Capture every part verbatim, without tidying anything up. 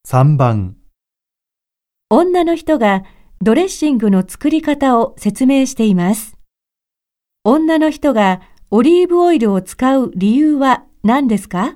さんばん、 女の人がドレッシングの作り方を説明しています。女の人がオリーブオイルを使う理由は何ですか？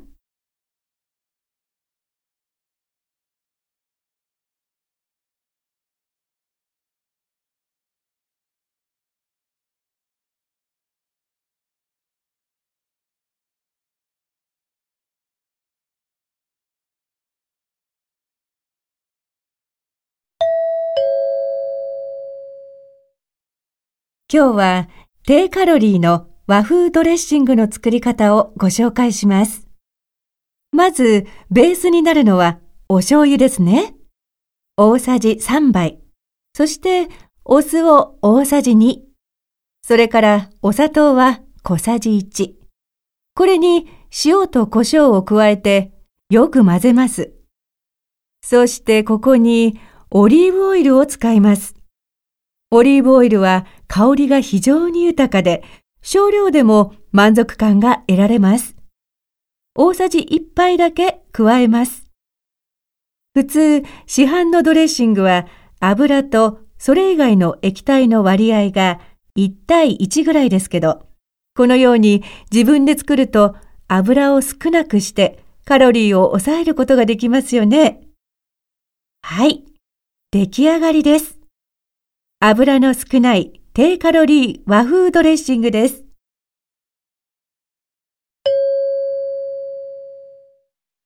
今日は低カロリーの和風ドレッシングの作り方をご紹介します。まず、ベースになるのはお醤油ですね。大さじさんばい。そして、お酢を大さじに。それからお砂糖は小さじいち。これに塩と胡椒を加えてよく混ぜます。そしてここにオリーブオイルを使います。オリーブオイルは香りが非常に豊かで、少量でも満足感が得られます。大さじいっぱいだけ加えます。普通、市販のドレッシングは油とそれ以外の液体の割合がいちたいいちぐらいですけど、このように自分で作ると油を少なくしてカロリーを抑えることができますよね。はい、出来上がりです。油の少ない低カロリー和風ドレッシングです。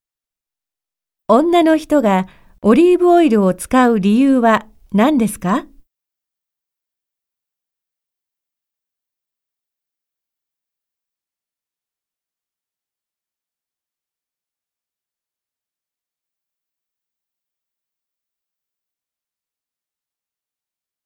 女の人がオリーブオイルを使う理由は何ですか？